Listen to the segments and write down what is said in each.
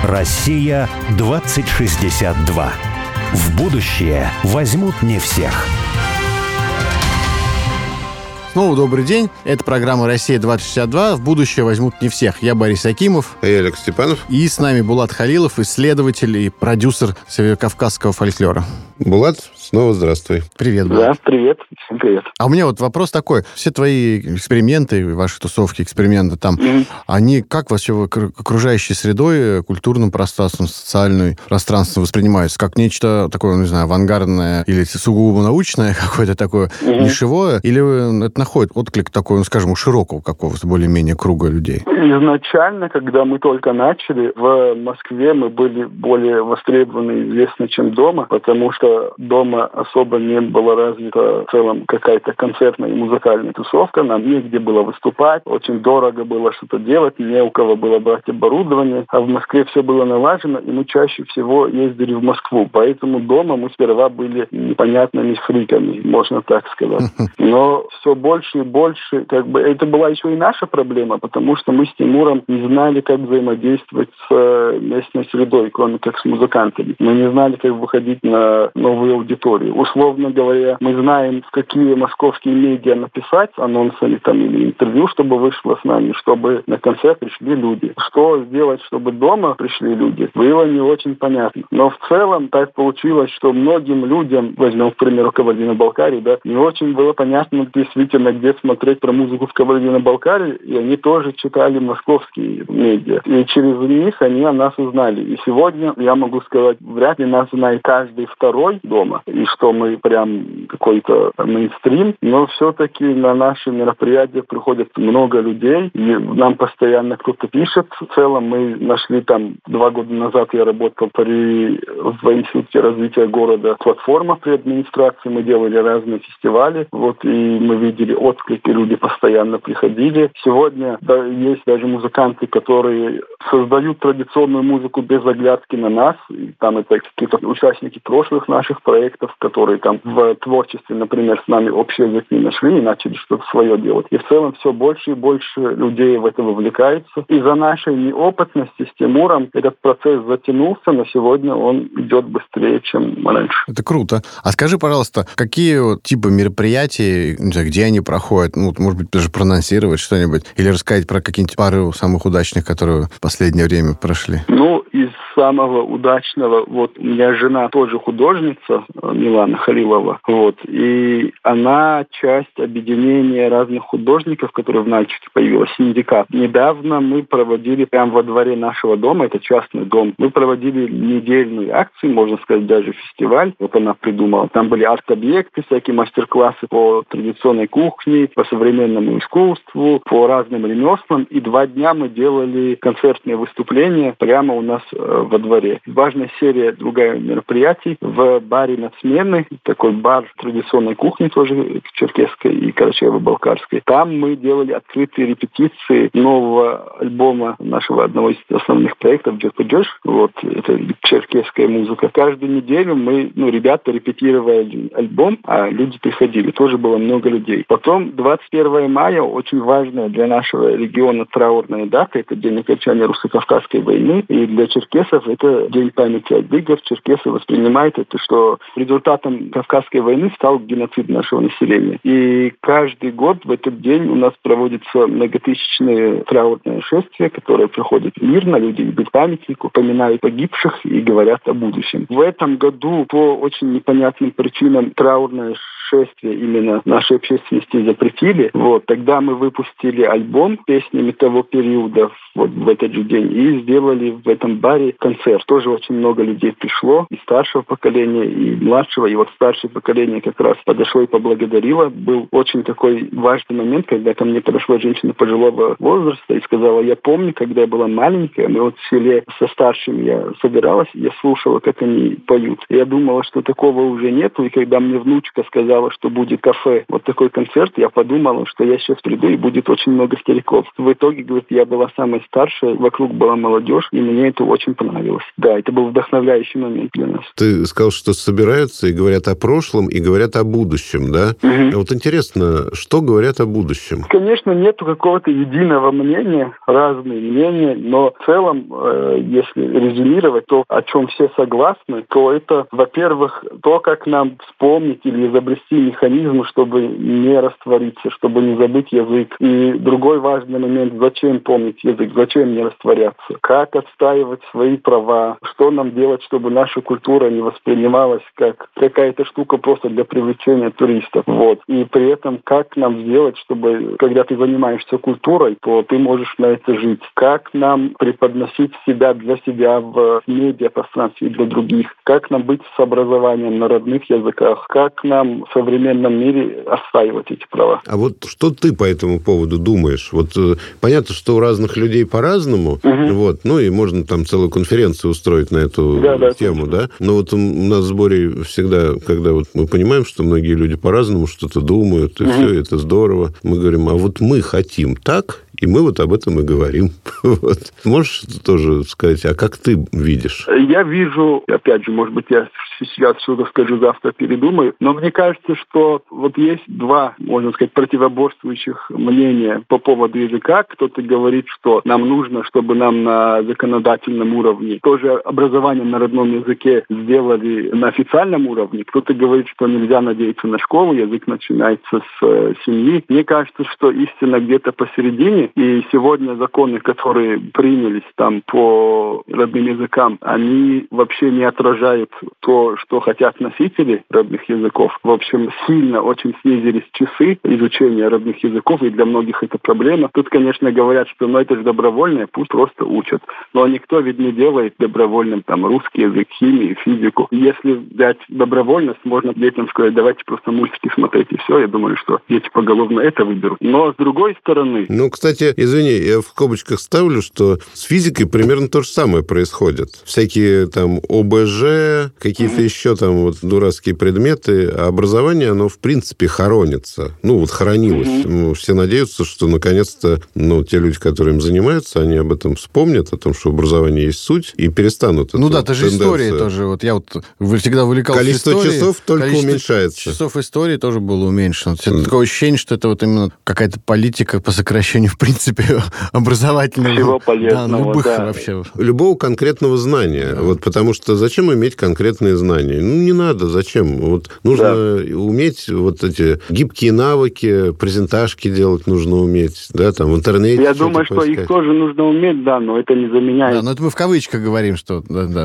Россия 2062. В будущее возьмут не всех. Снова добрый день. Это программа «Россия-2062». В будущее возьмут не всех. Я Борис Акимов. А я Олег Степанов. И с нами Булат Халилов, исследователь и продюсер северокавказского фольклора. Булат, снова здравствуй. Привет, Булат. Да, привет. Всем привет. А у меня вот вопрос такой. Все твои эксперименты, ваши тусовки, эксперименты там, они как вообще окружающей средой, культурным пространством, социальным пространством воспринимаются? Как нечто такое, не знаю, авангардное или сугубо научное, какое-то такое нишевое? Или это находит отклик такой, скажем, у широкого какого-то более-менее круга людей? Изначально, когда мы только начали, в Москве мы были более востребованы и известны, чем дома, потому что дома особо не было развита в целом какая-то концертная и музыкальная тусовка, нам негде было выступать, очень дорого было что-то делать, не у кого было брать оборудование, а в Москве все было налажено, и мы чаще всего ездили в Москву, поэтому дома мы сперва были непонятными фриками, можно так сказать. Но все больше и больше, это была еще и наша проблема, потому что мы с Тимуром не знали, как взаимодействовать с местной средой, кроме как с музыкантами. Мы не знали, как выходить на новую аудиторию. Условно говоря, мы знаем, в какие московские медиа написать анонсами там или интервью, чтобы вышло с нами, чтобы на концерт пришли люди. Что сделать, чтобы дома пришли люди, было не очень понятно. Но в целом так получилось, что многим людям, возьмем, к примеру, Кабардино-Балкарии, да, не очень было понятно действительно, где смотреть про музыку в Кабардино-Балкарии, и они тоже читали московские медиа. И через них они о нас узнали. И сегодня, я могу сказать, вряд ли нас знает каждый второй дома, и что мы прям какой-то мейнстрим, но все-таки на наши мероприятия приходит много людей, и нам постоянно кто-то пишет. В целом мы нашли там 2 года назад, я работал в Институте развития города, платформа при администрации, мы делали разные фестивали, вот, и мы видели отклики, люди постоянно приходили. Сегодня есть даже музыканты, которые создают традиционную музыку без оглядки на нас, и там это какие-то участники прошлых наших проектов, которые там в творчестве, например, с нами общий язык не нашли и начали что-то свое делать. И в целом все больше и больше людей в это вовлекается. Из-за нашей неопытности с Тимуром этот процесс затянулся, но сегодня он идет быстрее, чем раньше. Это круто. А скажи, пожалуйста, какие типы мероприятий, не знаю, где они проходят? Ну, может быть, даже проанонсировать что-нибудь? Или рассказать про какие-нибудь пару самых удачных, которые в последнее время прошли? Ну, из самого удачного, вот у меня жена тоже художница, Милана Халилова, вот, и она часть объединения разных художников, которые в Нальчике появилась, синдикат. Недавно мы проводили прямо во дворе нашего дома, это частный дом, мы проводили недельную акцию, можно сказать, даже фестиваль, вот она придумала. Там были арт-объекты, всякие мастер-классы по традиционной кухне, по современному искусству, по разным ремеслам, и 2 дня мы делали концертные выступления прямо у нас во дворе. Важная серия, другая мероприятий в баре «Нацмены», такой бар традиционной кухни тоже черкесской и карачаево-балкарской. Там мы делали открытые репетиции нового альбома нашего одного из основных проектов «Джордж». Вот, это черкесская музыка. Каждую неделю мы, ребята репетировали альбом, а люди приходили. Тоже было много людей. Потом 21 мая, очень важная для нашего региона траурная дата, это день окончания русско-кавказской войны, и для черкесов это день памяти адыгов. Черкесы воспринимают это, что результатом Кавказской войны стал геноцид нашего населения. И каждый год в этот день у нас проводятся многотысячные траурные шествия, которые проходят мирно, люди идут памятник, упоминают погибших и говорят о будущем. В этом году по очень непонятным причинам траурное шествие именно нашей общественности запретили. Вот, тогда мы выпустили альбом с песнями того периода вот в этот же день и сделали в этом баре концерт. Тоже очень много людей пришло, и старшего поколения, и младшего, и вот старшее поколение как раз подошло и поблагодарило. Был очень такой важный момент, когда ко мне подошла женщина пожилого возраста и сказала: я помню, когда я была маленькая, мы вот в селе со старшими я собиралась, я слушала, как они поют. Я думала, что такого уже нету, и когда мне внучка сказала, сказала, что будет кафе, вот такой концерт, я подумала, что я сейчас приду и будет очень много стариков. В итоге, говорит, я была самой старшей, вокруг была молодежь, и мне это очень понравилось. Да, это был вдохновляющий момент для нас. Ты сказал, что собираются и говорят о прошлом, и говорят о будущем, да? А вот интересно, что говорят о будущем? Конечно, нету какого-то единого мнения, разные мнения, но в целом, если резюмировать то, о чем все согласны, то это, во-первых, то, как нам вспомнить или изобрести механизм, чтобы не раствориться, чтобы не забыть язык. И другой важный момент, зачем помнить язык, зачем не растворяться, как отстаивать свои права, что нам делать, чтобы наша культура не воспринималась как какая-то штука просто для привлечения туристов. Вот. И при этом, как нам сделать, чтобы, когда ты занимаешься культурой, то ты можешь на это жить. Как нам преподносить себя для себя в медиапространстве и для других. Как нам быть с образованием на родных языках. Как нам в современном мире отстаивать эти права. А вот что ты по этому поводу думаешь? Вот понятно, что у разных людей по-разному, вот, ну и можно там целую конференцию устроить на эту тему, да? Но вот у нас в сборе всегда, когда вот мы понимаем, что многие люди по-разному что-то думают, и все, это здорово, мы говорим, а вот мы хотим так, и мы вот об этом и говорим. Вот. Можешь тоже сказать, а как ты видишь? Я вижу, опять же, может быть, я сейчас что-то скажу, завтра передумаю, но мне кажется, что вот есть два, можно сказать, противоборствующих мнения по поводу языка. Кто-то говорит, что нам нужно, чтобы нам на законодательном уровне тоже образование на родном языке сделали на официальном уровне. Кто-то говорит, что нельзя надеяться на школу, язык начинается с семьи. Мне кажется, что истина где-то посередине. И сегодня законы, которые принялись там по родным языкам, они вообще не отражают то, что хотят носители родных языков. В общем, сильно очень снизились часы изучения родных языков, и для многих это проблема. Тут, конечно, говорят, что это же добровольное, пусть просто учат. Но никто ведь не делает добровольным там русский язык, химию, физику. Если взять добровольность, можно детям сказать, давайте просто мультики смотреть, и все. Я думаю, что дети поголовно это выберут. Но с другой стороны... Ну, кстати, извини, я в скобочках ставлю, что с физикой примерно то же самое происходит. Всякие там ОБЖ, какие-то еще там вот дурацкие предметы, а образование, оно в принципе хоронится. Ну, вот хоронилось. Все надеются, что наконец-то, те люди, которые им занимаются, они об этом вспомнят, о том, что образование есть суть, и перестанут эту да, это же история тоже. Вот я всегда увлекался историей. Количество часов только уменьшается. Часов истории тоже было уменьшено. Такое ощущение, что это вот именно какая-то политика по сокращению, в принципе, образовательного. Всего полезного, любых вообще. Любого конкретного знания. Да. Вот, потому что зачем иметь конкретные знания? Не надо, зачем? Вот нужно уметь вот эти гибкие навыки, презентажки делать нужно уметь, да, там в интернете. Я думаю, что их тоже нужно уметь, но это не заменяет. Да, но это мы в кавычках говорим, что... Да.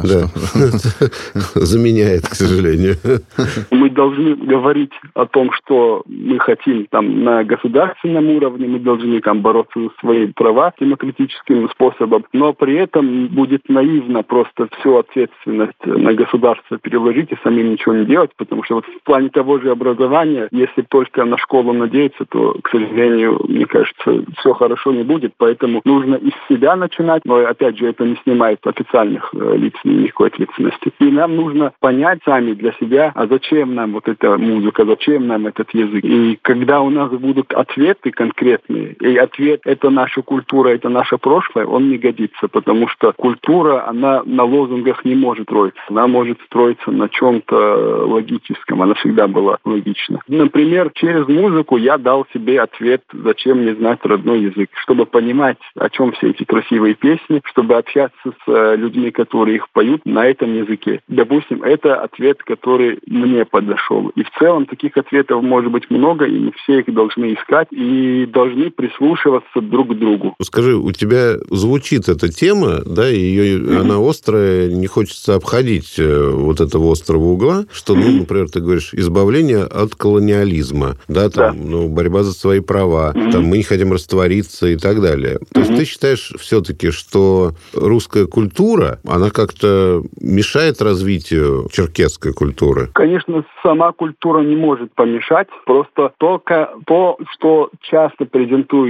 Заменяет, к сожалению. Мы должны говорить о том, что мы хотим там на государственном уровне, мы должны там бороться за свои права демократическим способом, но при этом будет наивно просто всю ответственность на государство переложить и самим ничего не делать, потому что вот в плане того же образования, если только на школу надеяться, то, к сожалению, мне кажется, все хорошо не будет, поэтому нужно из себя начинать, но, опять же, это не снимает официальных лиц никакой ответственности. И нам нужно понять сами для себя, а зачем нам вот эта музыка, зачем нам этот язык. И когда у нас будут ответы конкретные, и ответ – это наша культура, это наше прошлое, он не годится, потому что культура, она на лозунгах не может строиться. Она может строиться на чем-то логическом, она всегда была логична. Например, через музыку я дал себе ответ, зачем мне знать родной язык, чтобы понимать, о чем все эти красивые песни, чтобы общаться с людьми, которые их поют на этом языке. Допустим, это ответ, который мне подошел. И в целом таких ответов может быть много, и не все их должны искать, и должны прислушиваться друг к другу. Скажи, у тебя звучит эта тема, да, и она острая, не хочется обходить вот этого острого угла, что, например, ты говоришь, избавление от колониализма, да, там, борьба за свои права, там, мы не хотим раствориться и так далее. То есть ты считаешь все-таки, что русская культура, она как-то мешает развитию черкесской культуры? Конечно, сама культура не может помешать, просто только то, что часто презентуется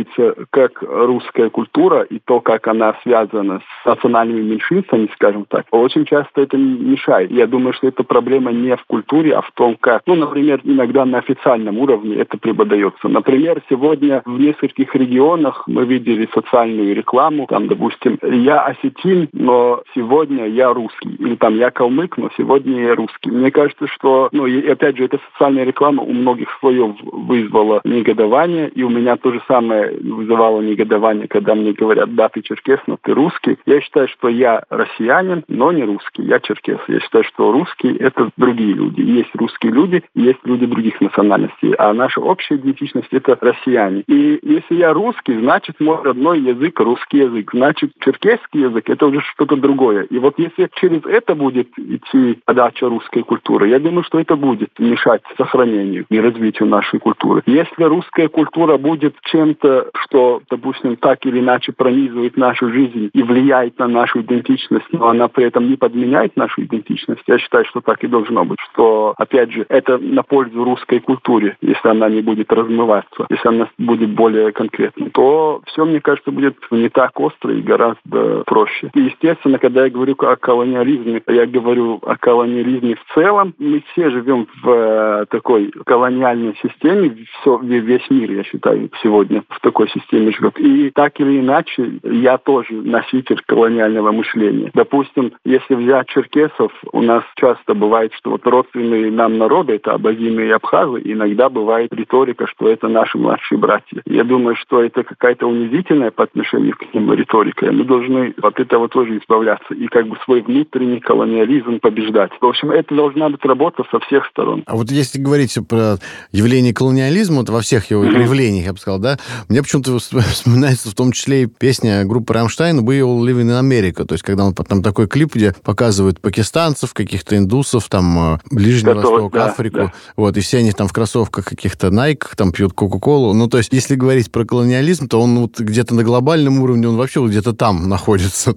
как русская культура и то, как она связана с национальными меньшинствами, скажем так, очень часто это мешает. Я думаю, что эта проблема не в культуре, а в том, как, например, иногда на официальном уровне это преподается. Например, сегодня в нескольких регионах мы видели социальную рекламу, там, допустим, я осетин, но сегодня я русский, или там я калмык, но сегодня я русский. Мне кажется, что, и опять же, эта социальная реклама у многих слоев вызвала негодование, и у меня то же самое вызывало негодование, когда мне говорят: да, ты черкес, но ты русский. Я считаю, что я россиянин, но не русский, я черкес. Я считаю, что русские — это другие люди. Есть русские люди, есть люди других национальностей, а наша общая идентичность — это россияне. И если я русский, значит, мой родной язык — русский язык. Значит, черкесский язык — это уже что-то другое. И вот если через это будет идти подача русской культуры, я думаю, что это будет мешать сохранению и развитию нашей культуры. Если русская культура будет чем-то, что, допустим, так или иначе пронизывает нашу жизнь и влияет на нашу идентичность, но она при этом не подменяет нашу идентичность, я считаю, что так и должно быть. Что, опять же, это на пользу русской культуре, если она не будет размываться, если она будет более конкретной, то все, мне кажется, будет не так остро и гораздо проще. И, естественно, когда я говорю о колониализме, я говорю о колониализме в целом. Мы все живем в такой колониальной системе, весь мир, я считаю, сегодня в такой системе живет. И так или иначе, я тоже носитель колониального мышления. Допустим, если взять черкесов, у нас часто бывает, что вот родственные нам народы, это абазины и абхазы, иногда бывает риторика, что это наши младшие братья. Я думаю, что это какая-то унизительная по отношению к ним риторика. Мы должны от этого тоже избавляться и как бы свой внутренний колониализм побеждать. В общем, это должна быть работа со всех сторон. А вот если говорить про явление колониализма, вот во всех его проявлениях, я бы сказал, да, мне почему-то вспоминается в том числе и песня группы «Рамштайн» «We all live in America». То есть, когда там такой клип, где показывают пакистанцев, каких-то индусов, там, Ближний Восток, Африку, да. Вот, и все они там в кроссовках каких-то Nike, там пьют Кока-Колу. То есть, если говорить про колониализм, то он вот где-то на глобальном уровне, он вообще вот где-то там находится.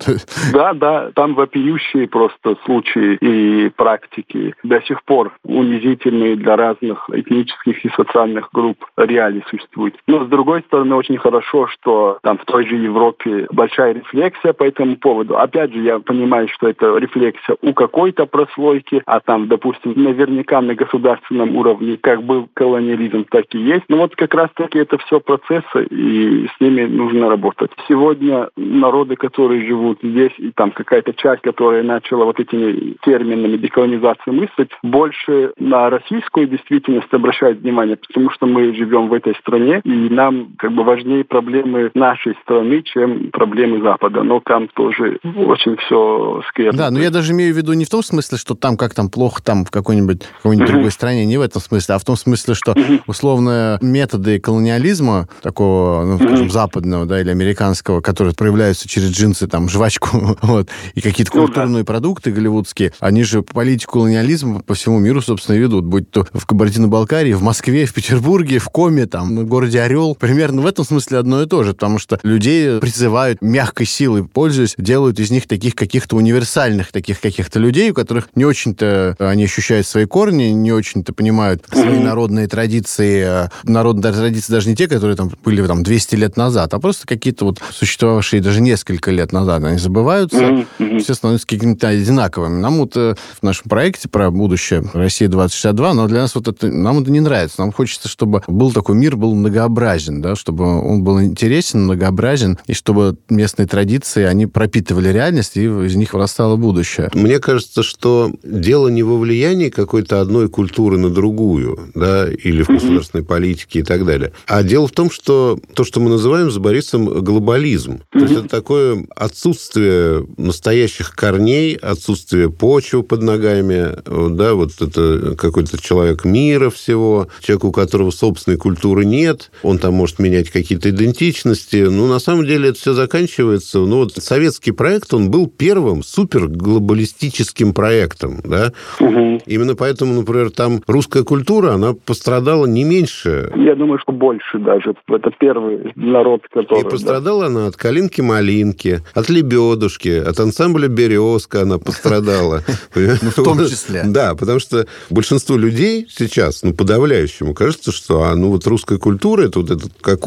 Да, там вопиющие просто случаи и практики до сих пор унизительные для разных этнических и социальных групп реалий существуют. Но, с другой стороны, очень хорошо, что там в той же Европе большая рефлексия по этому поводу. Опять же, я понимаю, что это рефлексия у какой-то прослойки, а там, допустим, наверняка на государственном уровне как был колониализм, так и есть. Но вот как раз-таки это все процессы, и с ними нужно работать. Сегодня народы, которые живут здесь, и там какая-то часть, которая начала вот этими терминами деколонизации мыслить, больше на российскую действительность обращает внимание, потому что мы живем в этой стране, и нам как бы важнее проблемы нашей страны, чем проблемы Запада. Но там тоже очень все скверно. Да, но я даже имею в виду не в том смысле, что там как там плохо, там в какой-нибудь другой стране, не в этом смысле, а в том смысле, что условно методы колониализма, такого, скажем, западного, да, или американского, которые проявляются через джинсы, там, жвачку, вот, и какие-то культурные продукты голливудские, они же политику колониализма по всему миру, собственно, и ведут, будь то в Кабардино-Балкарии, в Москве, в Петербурге, в Коме, там, в городе Орел. Примерно в этом смысле одно и то же, потому что людей призывают мягкой силой, пользуясь, делают из них таких каких-то универсальных таких каких-то людей, у которых не очень-то они ощущают свои корни, не очень-то понимают свои народные традиции. Народные традиции даже не те, которые там были там 200 лет назад, а просто какие-то вот существовавшие даже несколько лет назад. Они забываются, все становятся какими-то одинаковыми. Нам вот в нашем проекте про будущее Россия 2062, но для нас вот это, нам это не нравится. Нам хочется, чтобы был такой мир, был многообразен, да, чтобы он был интересен, многообразен, и чтобы местные традиции, они пропитывали реальность, и из них вырастало будущее. Мне кажется, что дело не во влиянии какой-то одной культуры на другую, да, или в государственной политике и так далее. А дело в том, что то, что мы называем с Борисом глобализм. То есть это такое отсутствие настоящих корней, отсутствие почвы под ногами, да, вот это какой-то человек мира всего, человек, у которого собственной культуры нет, он там может менять какие-то идентичности. Ну, на самом деле это все заканчивается. Ну, вот советский проект, он был первым суперглобалистическим проектом, да. Именно поэтому, например, там русская культура, она пострадала не меньше. Я думаю, что больше даже. Это первый народ, который... И пострадала она от «Калинки-малинки», от «Лебедушки», от ансамбля «Березка» она пострадала. В том числе. Да, потому что большинству людей сейчас, подавляющему, кажется, что вот русская культура, это вот этот кокошник,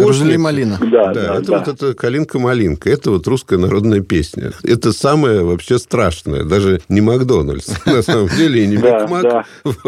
«Калинка-малина». Да, вот это «Калинка-малинка». Это вот русская народная песня. Это самое вообще страшное. Даже не Макдональдс, на самом деле, и не Биг Мак,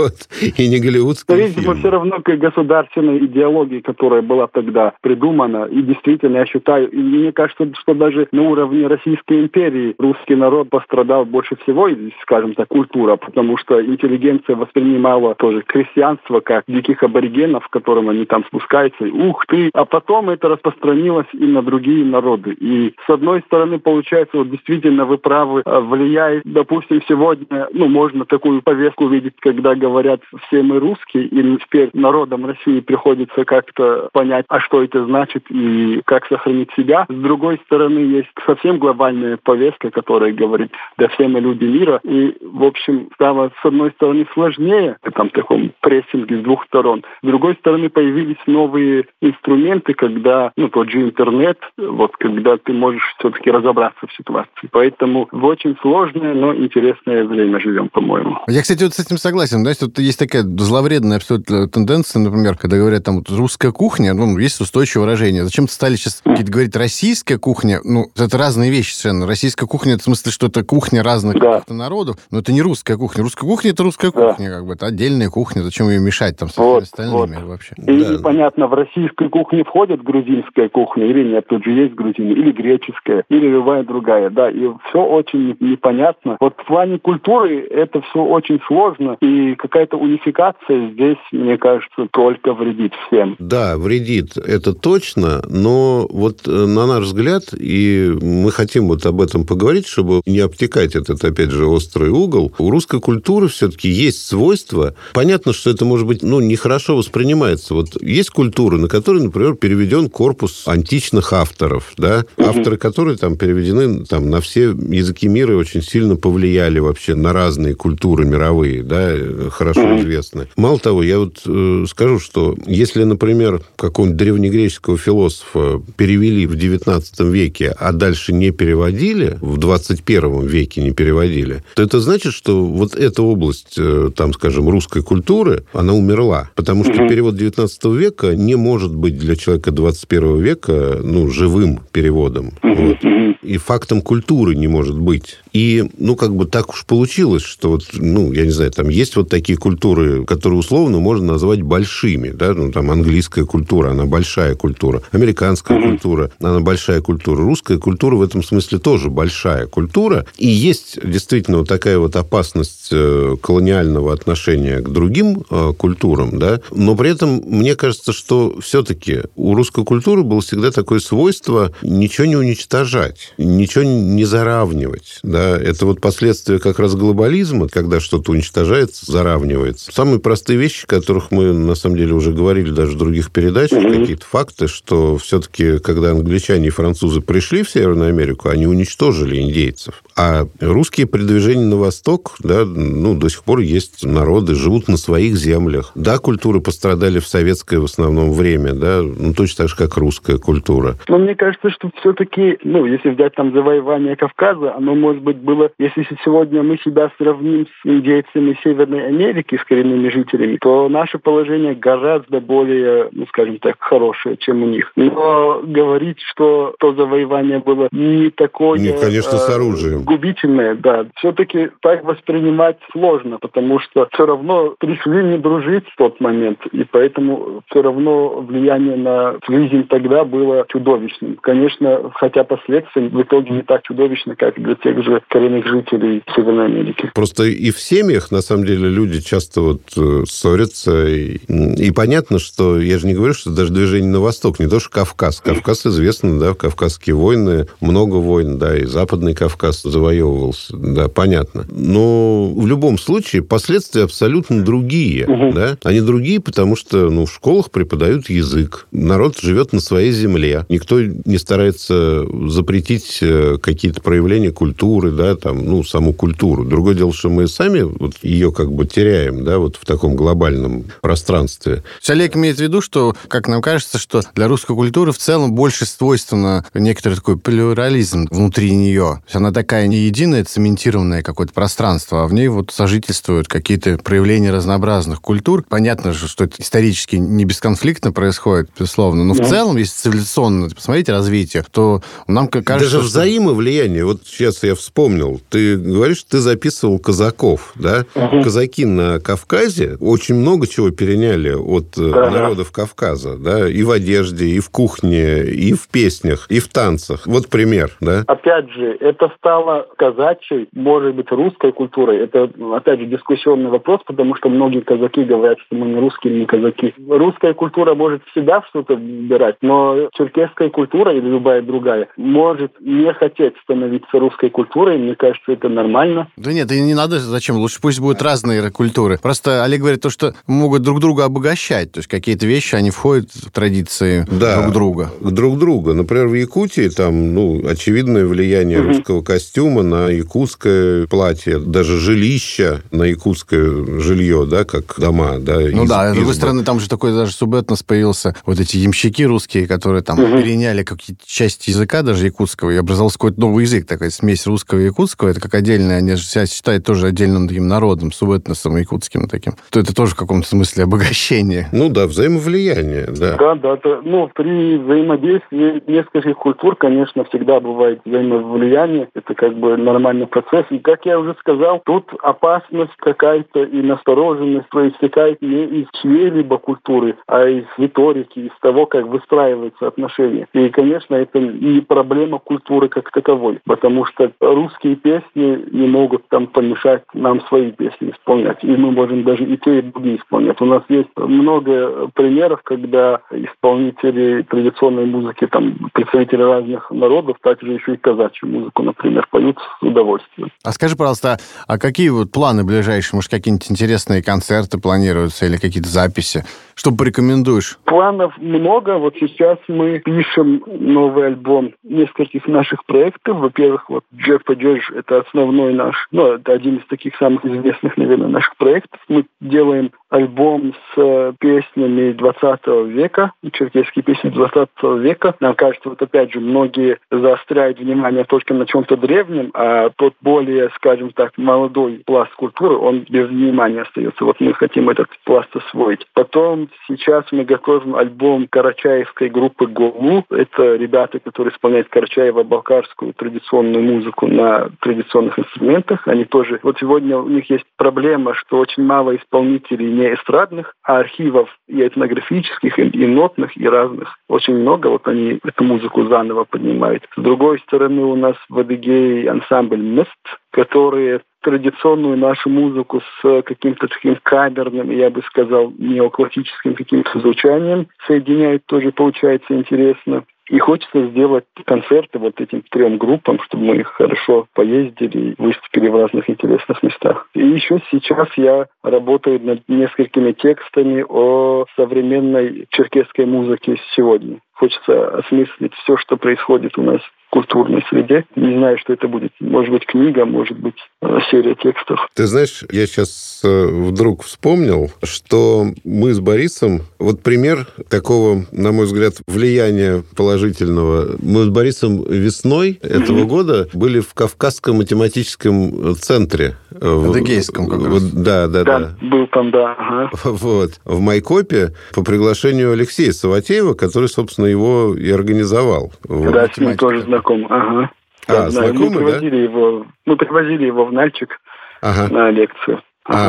и не голливудский фильм. Видимо, все равно к государственной идеологии, которая была тогда придумана, и действительно, я считаю, и мне кажется, что даже на уровне Российской империи русский народ пострадал больше всего, скажем так, культура, потому что интеллигенция воспринимала тоже крестьянство как диких аборигенов, в котором они там спускаются, ух ты, а потом это распространилось и на другие народы. И с одной стороны, получается, вот действительно вы правы, влияет, допустим, сегодня, можно такую повестку видеть, когда говорят «все мы русские», и теперь народам России приходится как-то понять, а что это значит и как сохранить себя. С другой стороны, есть совсем глобальная повестка, которая говорит «да все мы люди мира», и, в общем, стало, с одной стороны, сложнее, там, в таком прессинге с двух сторон. С другой стороны, появились новые инструменты, когда, тот же интернет, вот, когда ты можешь все-таки разобраться в ситуации. Поэтому в очень сложное, но интересное время живем, по-моему. Я, кстати, вот с этим согласен. Знаете, тут есть такая зловредная абсолютно тенденция, например, когда говорят там русская кухня, есть устойчивое выражение. Зачем-то стали сейчас говорить российская кухня. Это разные вещи совершенно. Российская кухня, это в смысле, что это кухня разных каких-то народов, но это не русская кухня. Русская кухня — это русская кухня, это отдельная кухня. Зачем ее мешать там со всеми остальными вообще? И непонятно, в российскую кухню входит грузинская кухня или нет, тут же есть грузины, или греческая, или любая другая, и все очень непонятно. Вот в плане культуры это все очень сложно, и какая-то унификация здесь, мне кажется, только вредит всем. Да, вредит, это точно, но вот на наш взгляд, и мы хотим вот об этом поговорить, чтобы не обтекать этот, опять же, острый угол, у русской культуры все-таки есть свойства. Понятно, что это, может быть, нехорошо воспринимается. Вот есть культура, на которой, например, переведен корпус античных авторов, авторы, которые там переведены на все языки мира и очень сильно повлияли вообще на разные культуры мировые, хорошо известны. Мало того, я вот скажу, что если, например, какого-нибудь древнегреческого философа перевели в XIX веке, а дальше не переводили, в 21 веке не переводили, то это значит, что вот эта область, скажем, русской культуры, она умерла. Потому что перевод XIX века не может быть для человека 21 века, живым переводом. И фактом культуры не может быть. И, так уж получилось, что я не знаю, там есть вот такие культуры, которые условно можно назвать большими, английская культура, она большая культура, американская культура, она большая культура, русская культура в этом смысле тоже большая культура. И есть действительно вот такая вот опасность колониального отношения к другим культурам, но при этом мне кажется, что все-таки у русской культуры было всегда такое свойство ничего не уничтожать, ничего не заравнивать. Это вот последствия как раз глобализма, когда что-то уничтожается, заравнивается. Самые простые вещи, о которых мы, на самом деле, уже говорили даже в других передачах, какие-то факты, что все-таки, когда англичане и французы пришли в Северную Америку, они уничтожили индейцев. А русские при движении на восток, до сих пор есть народы, живут на своих землях. Культуры пострадали в советское в основном время, точно так же, как русская культура. Но мне кажется, что все-таки, если взять завоевание Кавказа, оно, может быть, было, если сегодня мы себя сравним с индейцами Северной Америки, с коренными жителями, то наше положение гораздо более, скажем так, хорошее, чем у них. Но говорить, что то завоевание было не такое... конечно, с оружием. Губительное, все-таки так воспринимать сложно, потому что все равно пришли не дружить в тот момент, и поэтому все равно влияние на жизнь тогда было чудовищным. Конечно, хотя последствия в итоге не так чудовищны, как для тех же коренных жителей Северной Америки. Просто и в семьях, на самом деле, люди часто ссорятся, и понятно, что, я же не говорю, что даже движение на восток, не то что Кавказ. Кавказ известно, Кавказские войны, много войн, и Западный Кавказ завоевывался, понятно. Но в любом случае последствия абсолютно другие, Они другие, потому что, в школах преподают язык. Народ живет на своей земле. Никто не старается запретить какие-то проявления культуры, саму культуру. Другое дело, что мы сами ее теряем, в таком глобальном пространстве. Олег имеет в виду, что, как нам кажется, что для русской культуры в целом больше свойственно некоторый такой плюрализм внутри нее. То есть она такая не единое, цементированное какое-то пространство, а в ней сожительствуют какие-то проявления разнообразных культур. Понятно же, что это исторически не бесконфликтно происходит, безусловно, но в целом, если цивилизационно посмотреть развитие, то нам кажется... Даже взаимовлияние. Вот сейчас я вспомнил. Ты говоришь, ты записывал казаков, да? Казаки на Кавказе очень много чего переняли от народов Кавказа, да? И в одежде, и в кухне, и в песнях, и в танцах. Вот пример, да? Опять же, это стало казачьей, может быть, русской культурой. Это, опять же, дискуссионный вопрос, потому что многие казаки говорят, что мы не русские, не казаки. Русская культура может всегда что-то выбирать, но черкесская культура или любая другая может не хотеть становиться русской культурой. Мне кажется, это нормально. Да нет, и не надо, зачем? Лучше пусть будут разные культуры. Просто Олег говорит то, что могут друг друга обогащать. То есть какие-то вещи, они входят в традиции друг друга. Друг друга. Например, в Якутии там, очевидное влияние русского костюма на якутское платье, даже жилища на якутское жилье, да, как дома, да. С другой стороны, там же такой даже субэтнос появился. Вот эти ямщики русские, которые там переняли какие-то части языка, даже якутского, и образовался какой-то новый язык, такая смесь русского и якутского. Это как отдельное, они же себя считают тоже отдельным таким народом, субэтносом якутским таким. То это тоже в каком-то смысле обогащение. Взаимовлияние, да. Да. При взаимодействии нескольких культур, конечно, всегда бывает взаимовлияние. Это как бы нормальный процесс. И, как я уже сказал, тут опасность какая-то и настороженность проистекает не из чьей-либо культуры, а из риторики, из того, как выстраиваются отношения. И, конечно, это не проблема культуры как таковой, потому что русские песни не могут там помешать нам свои песни исполнять. И мы можем даже и те, и другие исполнять. У нас есть много примеров, когда исполнители традиционной музыки, там, представители разных народов, также еще и казачью музыку, например, поют с удовольствием. А скажи, пожалуйста, а какие вот планы ближайшие? Может, какие-нибудь интересные концерты планируются или какие-то записи? Что порекомендуешь? Планов много. Вот сейчас мы пишем новый альбом нескольких наших проектов. Во-первых, вот Джефф Джордж — это основной наш, это один из таких самых известных, наверное, наших проектов. Мы делаем альбом с песнями 20 века, черкесские песни 20 века. Нам кажется, вот опять же, многие заостряют внимание только на чем-то древнем, а тот более, скажем так, молодой пласт культуры, он без внимания остается. Вот мы хотим этот пласт освоить. Потом сейчас мы готовим альбом карачаевской группы «Голу». Это ребята, которые исполняют карачаево-балкарскую традиционную музыку на традиционных инструментах. Они тоже... Вот сегодня у них есть проблема, что очень мало исполнителей не эстрадных, а архивов и этнографических, и нотных, и разных. Очень много. Вот они эту музыку заново поднимают. С другой стороны, у нас в Адыгее ансамбль «Мест», которые традиционную нашу музыку с каким-то таким камерным, я бы сказал, неоклассическим каким-то звучанием соединяют, тоже получается интересно. И хочется сделать концерты вот этим 3 группам, чтобы мы хорошо поездили и выступили в разных интересных местах. И еще сейчас я работаю над несколькими текстами о современной черкесской музыке сегодня. Хочется осмыслить все, что происходит у нас в культурной среде. Не знаю, что это будет. Может быть, книга, может быть, серия текстов. Ты знаешь, я сейчас вдруг вспомнил, что мы с Борисом... Вот пример такого, на мой взгляд, влияния положительного. Мы с Борисом весной этого года были в Кавказском математическом центре. В Адыгейском как раз. Да. Был там, да. Ага. Вот. В Майкопе по приглашению Алексея Саватеева, который, собственно, его и организовал. Да, с ним тоже знаком. Ага. Знакомы, да? Мы привозили его в Нальчик на лекцию.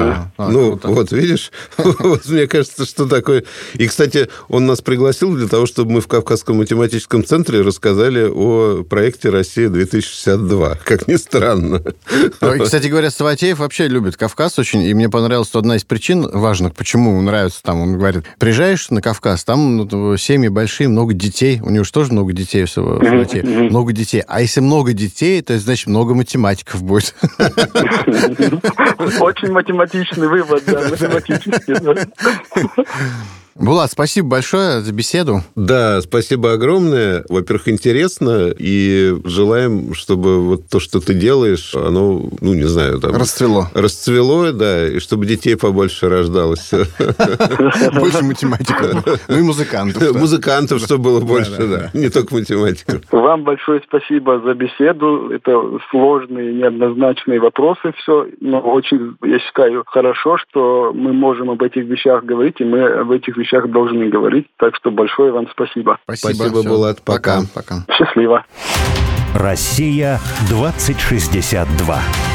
Вот видишь, вот мне кажется, что такое. И, кстати, он нас пригласил для того, чтобы мы в Кавказском математическом центре рассказали о проекте «Россия-2062», как ни странно. Кстати говоря, Саватеев вообще любит Кавказ очень, и мне понравилась одна из причин важных, почему ему нравится там. Он говорит, приезжаешь на Кавказ, там семьи большие, много детей, у него же тоже много детей всего, много детей. А если много детей, то значит много математиков будет. Очень математичный вывод, да, математический. Да. Булат, спасибо большое за беседу. Да, спасибо огромное. Во-первых, интересно, и желаем, чтобы вот то, что ты делаешь, оно, не знаю... Там, расцвело, да, и чтобы детей побольше рождалось. Больше математиков. И музыкантов. Музыкантов, чтобы было больше, да. Не только математиков. Вам большое спасибо за беседу. Это сложные, неоднозначные вопросы все, но очень, я считаю, хорошо, что мы можем об этих вещах говорить, и мы об этих вещах должны говорить. Так что большое вам спасибо. Спасибо, Булат. Пока. Пока. Счастливо. Россия 2062.